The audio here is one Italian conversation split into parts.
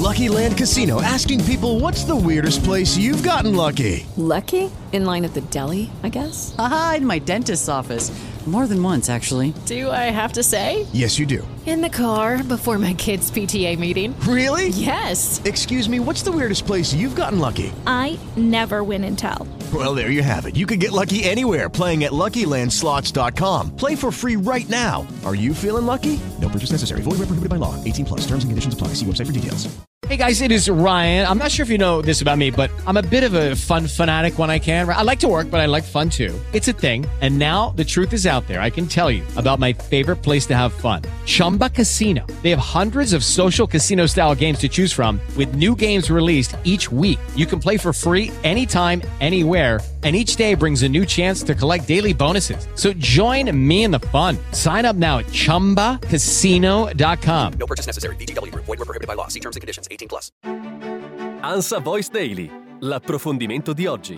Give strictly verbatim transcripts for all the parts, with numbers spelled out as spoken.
Lucky Land Casino, asking people, what's the weirdest place you've gotten lucky? Lucky? In line at the deli, I guess? Aha, in my dentist's office. More than once, actually. Do I have to say? Yes, you do. In the car before my kids' P T A meeting. Really? Yes. Excuse me, what's the weirdest place you've gotten lucky? I never win and tell. Well, there you have it. You can get lucky anywhere, playing at Lucky Land Slots dot com. Play for free right now. Are you feeling lucky? No purchase necessary. Void where prohibited by law. eighteen plus. Terms and conditions apply. See website for details. Hey guys, it is Ryan. I'm not sure if you know this about me, but I'm a bit of a fun fanatic when I can. I like to work, but I like fun too. It's a thing. And now the truth is out there. I can tell you about my favorite place to have fun. Chumba Casino. They have hundreds of social casino style games to choose from with new games released each week. You can play for free anytime, anywhere. And each day brings a new chance to collect daily bonuses. So join me in the fun. Sign up now at chumba casino dot com. No purchase necessary. V G W Group. Void where prohibited by law. See terms and conditions. eighteen plus. ANSA Voice Daily. L'approfondimento di oggi.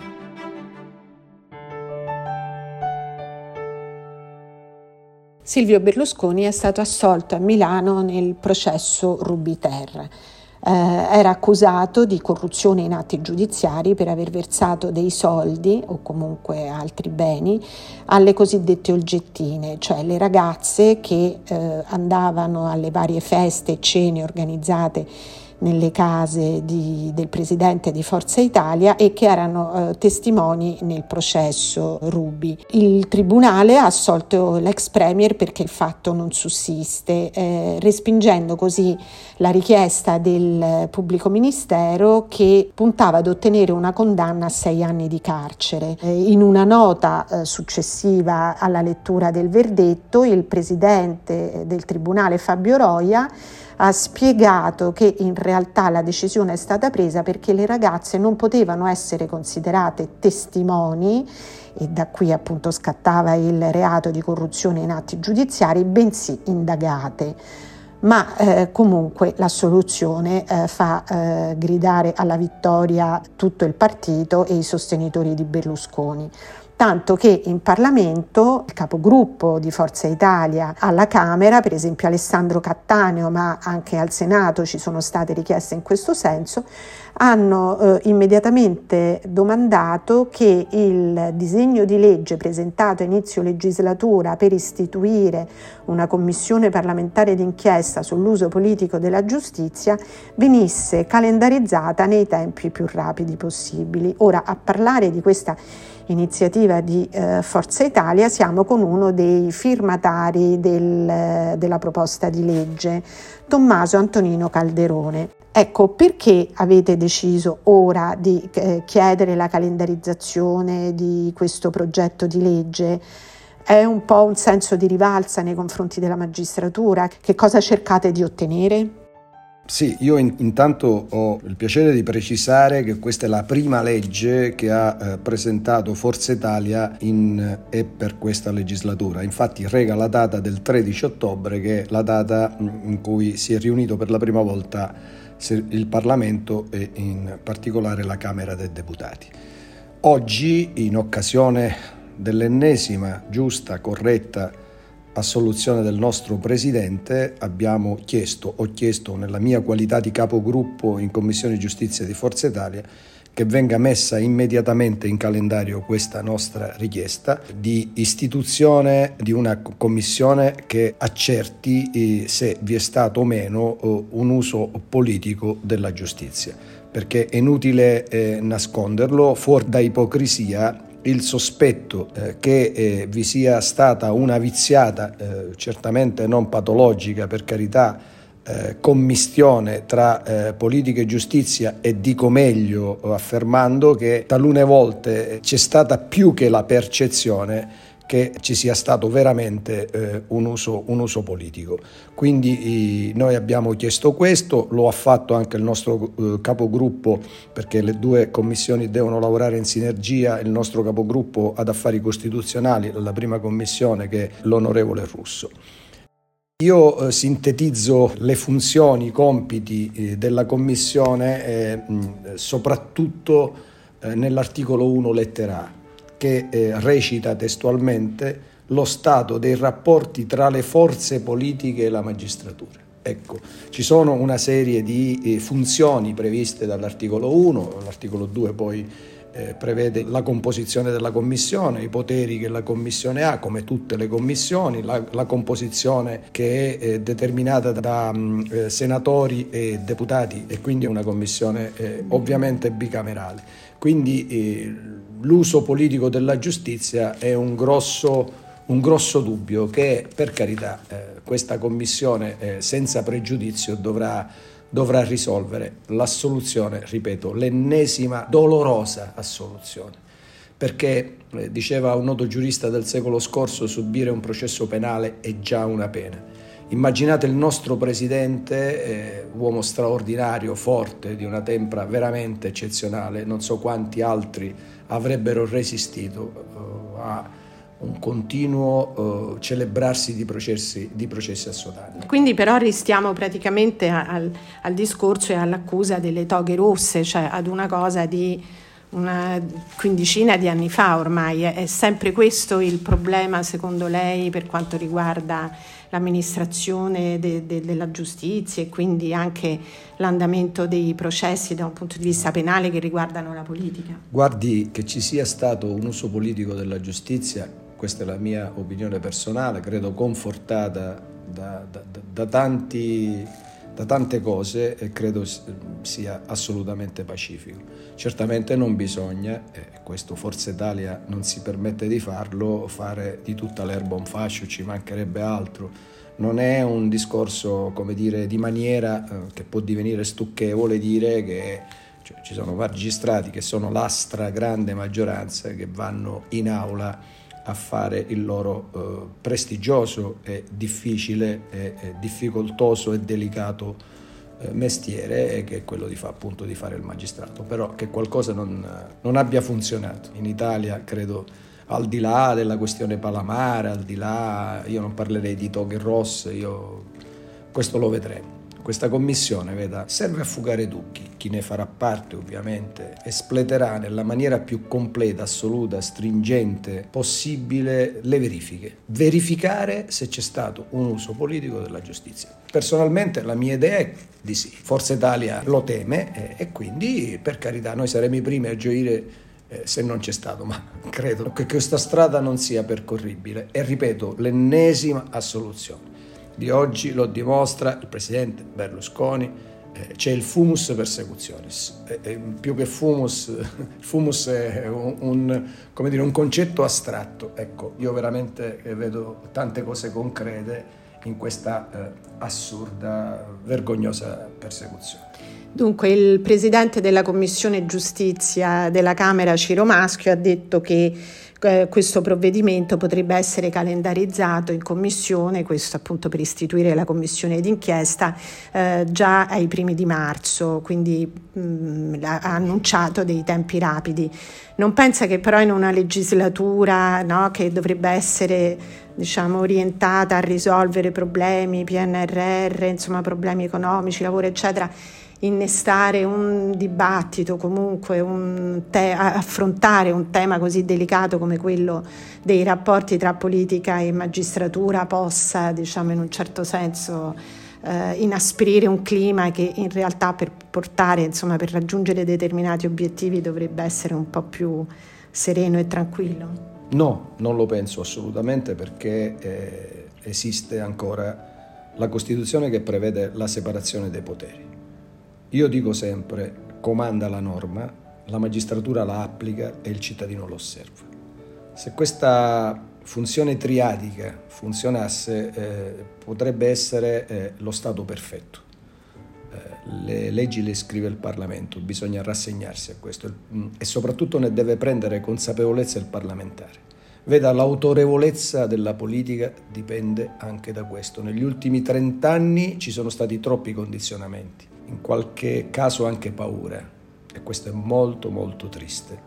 Silvio Berlusconi è stato assolto a Milano nel processo Rubiter. Eh, era accusato di corruzione in atti giudiziari per aver versato dei soldi o comunque altri beni alle cosiddette olgettine, cioè le ragazze che eh, andavano alle varie feste e cene organizzate nelle case di, del presidente di Forza Italia e che erano eh, testimoni nel processo Ruby. Il tribunale ha assolto l'ex premier perché il fatto non sussiste, eh, respingendo così la richiesta del pubblico ministero che puntava ad ottenere una condanna a sei anni di carcere. Eh, in una nota eh, successiva alla lettura del verdetto, il presidente del tribunale Fabio Roia ha spiegato che in realtà la decisione è stata presa perché le ragazze non potevano essere considerate testimoni e da qui appunto scattava il reato di corruzione in atti giudiziari, bensì indagate. Ma eh, comunque l'assoluzione eh, fa eh, gridare alla vittoria tutto il partito e i sostenitori di Berlusconi. Tanto che in Parlamento il capogruppo di Forza Italia alla Camera, per esempio Alessandro Cattaneo, ma anche al Senato ci sono state richieste in questo senso, hanno eh, immediatamente domandato che il disegno di legge presentato a inizio legislatura per istituire una commissione parlamentare d'inchiesta sull'uso politico della giustizia venisse calendarizzata nei tempi più rapidi possibili. Ora, a parlare di questa iniziativa di eh, Forza Italia siamo con uno dei firmatari del, della proposta di legge, Tommaso Antonino Calderone. Ecco, perché avete deciso ora di eh, chiedere la calendarizzazione di questo progetto di legge? È un po' un senso di rivalsa nei confronti della magistratura? Che cosa cercate di ottenere? Sì, io in, intanto ho il piacere di precisare che questa è la prima legge che ha eh, presentato Forza Italia in, e per questa legislatura. Infatti rega la data del tredici ottobre, che è la data in cui si è riunito per la prima volta il Parlamento e in particolare la Camera dei Deputati. Oggi, in occasione dell'ennesima giusta, corretta assoluzione del nostro Presidente, abbiamo chiesto, ho chiesto nella mia qualità di capogruppo in Commissione Giustizia di Forza Italia, che venga messa immediatamente in calendario questa nostra richiesta di istituzione di una commissione che accerti se vi è stato o meno un uso politico della giustizia, perché è inutile eh, nasconderlo, fuori da ipocrisia il sospetto eh, che eh, vi sia stata una viziata, eh, certamente non patologica per carità, eh, commistione tra eh, politica e giustizia, e dico meglio affermando che talune volte c'è stata più che la percezione che ci sia stato veramente eh, un uso, un uso politico. Quindi eh, noi abbiamo chiesto questo, lo ha fatto anche il nostro eh, capogruppo, perché le due commissioni devono lavorare in sinergia, il nostro capogruppo ad affari costituzionali, la prima commissione, che è l'onorevole Russo. Io eh, sintetizzo le funzioni, i compiti eh, della commissione eh, mh, soprattutto eh, nell'articolo uno lettera A, che eh, recita testualmente lo stato dei rapporti tra le forze politiche e la magistratura. Ecco, ci sono una serie di eh, funzioni previste dall'articolo uno, l'articolo due poi eh, prevede la composizione della commissione, i poteri che la commissione ha, come tutte le commissioni, la, la composizione che è eh, determinata da mh, eh, senatori e deputati, e quindi è una commissione eh, ovviamente bicamerale. Quindi eh, l'uso politico della giustizia è un grosso Un grosso dubbio che, per carità, eh, questa commissione eh, senza pregiudizio dovrà, dovrà risolvere. L'assoluzione, ripeto, l'ennesima dolorosa assoluzione, perché, eh, diceva un noto giurista del secolo scorso, subire un processo penale è già una pena. Immaginate il nostro presidente, eh, uomo straordinario, forte, di una tempra veramente eccezionale, non so quanti altri avrebbero resistito uh, a un continuo uh, celebrarsi di processi, di processi a suo danno. Quindi però restiamo praticamente al, al discorso e all'accusa delle toghe rosse, cioè ad una cosa di una quindicina di anni fa ormai. È, è sempre questo il problema, secondo lei, per quanto riguarda l'amministrazione de, de, della giustizia e quindi anche l'andamento dei processi da un punto di vista penale che riguardano la politica? Guardi, che ci sia stato un uso politico della giustizia, questa è la mia opinione personale, credo confortata da, da, da, da, tanti, da tante cose, e credo sia assolutamente pacifico. Certamente non bisogna, e questo Forza Italia non si permette di farlo, fare di tutta l'erba un fascio, ci mancherebbe altro. Non è un discorso, come dire, di maniera eh, che può divenire stucchevole dire che cioè, ci sono magistrati che sono la stragrande maggioranza che vanno in aula a fare il loro eh, prestigioso e difficile e, e difficoltoso e delicato eh, mestiere, e che è quello di fa, appunto di fare il magistrato. Però che qualcosa non, non abbia funzionato in Italia, credo, al di là della questione Palamara, al di là, io non parlerei di toghe rosse, io questo lo vedremo. Questa commissione, veda, serve a fugare dubbi. Chi ne farà parte ovviamente espleterà nella maniera più completa, assoluta, stringente possibile le verifiche. Verificare se c'è stato un uso politico della giustizia. Personalmente la mia idea è di sì. Forza Italia lo teme e, e quindi, per carità, noi saremo i primi a gioire eh, se non c'è stato, ma credo che questa strada non sia percorribile. E ripeto, l'ennesima assoluzione di oggi lo dimostra il presidente Berlusconi, eh, c'è il fumus persecutionis, eh, eh, più che fumus, il fumus è un, un, come dire, un concetto astratto. Ecco, io veramente vedo tante cose concrete in questa eh, assurda, vergognosa persecuzione. Dunque, il presidente della Commissione Giustizia della Camera, Ciro Maschio, ha detto che eh, questo provvedimento potrebbe essere calendarizzato in commissione, questo appunto per istituire la commissione d'inchiesta, eh, già ai primi di marzo, quindi mh, ha annunciato dei tempi rapidi. Non pensa che però in una legislatura, no, che dovrebbe essere, diciamo, orientata a risolvere problemi, P N R R, insomma problemi economici, lavoro eccetera, innestare un dibattito, comunque un te- affrontare un tema così delicato come quello dei rapporti tra politica e magistratura possa, diciamo, in un certo senso eh, inasprire un clima che in realtà per portare, insomma, per raggiungere determinati obiettivi dovrebbe essere un po' più sereno e tranquillo? No, non lo penso assolutamente, perché eh, esiste ancora la Costituzione che prevede la separazione dei poteri. Io dico sempre, comanda la norma, la magistratura la applica e il cittadino lo osserva. Se questa funzione triadica funzionasse, eh, potrebbe essere eh, lo Stato perfetto. Eh, le leggi le scrive il Parlamento, bisogna rassegnarsi a questo e soprattutto ne deve prendere consapevolezza il parlamentare. Veda, l'autorevolezza della politica dipende anche da questo. Negli ultimi trent'anni ci sono stati troppi condizionamenti, in qualche caso anche paura, e questo è molto molto triste.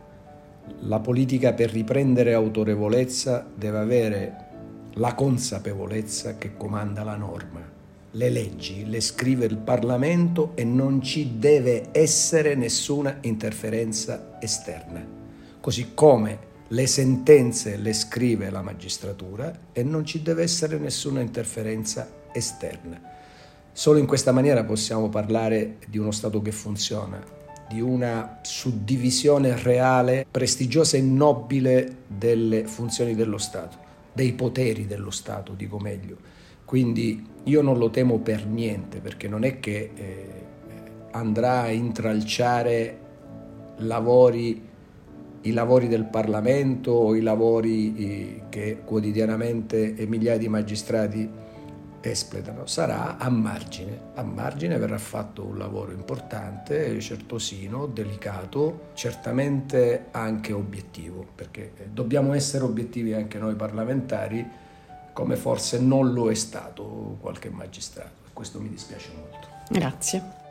La politica, per riprendere autorevolezza, deve avere la consapevolezza che comanda la norma. Le leggi le scrive il Parlamento e non ci deve essere nessuna interferenza esterna, così come le sentenze le scrive la magistratura e non ci deve essere nessuna interferenza esterna. Solo in questa maniera possiamo parlare di uno Stato che funziona, di una suddivisione reale, prestigiosa e nobile delle funzioni dello Stato, dei poteri dello Stato, dico meglio. Quindi io non lo temo per niente, perché non è che eh, andrà a intralciare lavori, i lavori del Parlamento o i lavori eh, che quotidianamente migliaia di magistrati espletano. Sarà a margine, a margine verrà fatto un lavoro importante, certosino, delicato, certamente anche obiettivo, perché dobbiamo essere obiettivi anche noi parlamentari, come forse non lo è stato qualche magistrato. Questo mi dispiace molto. Grazie.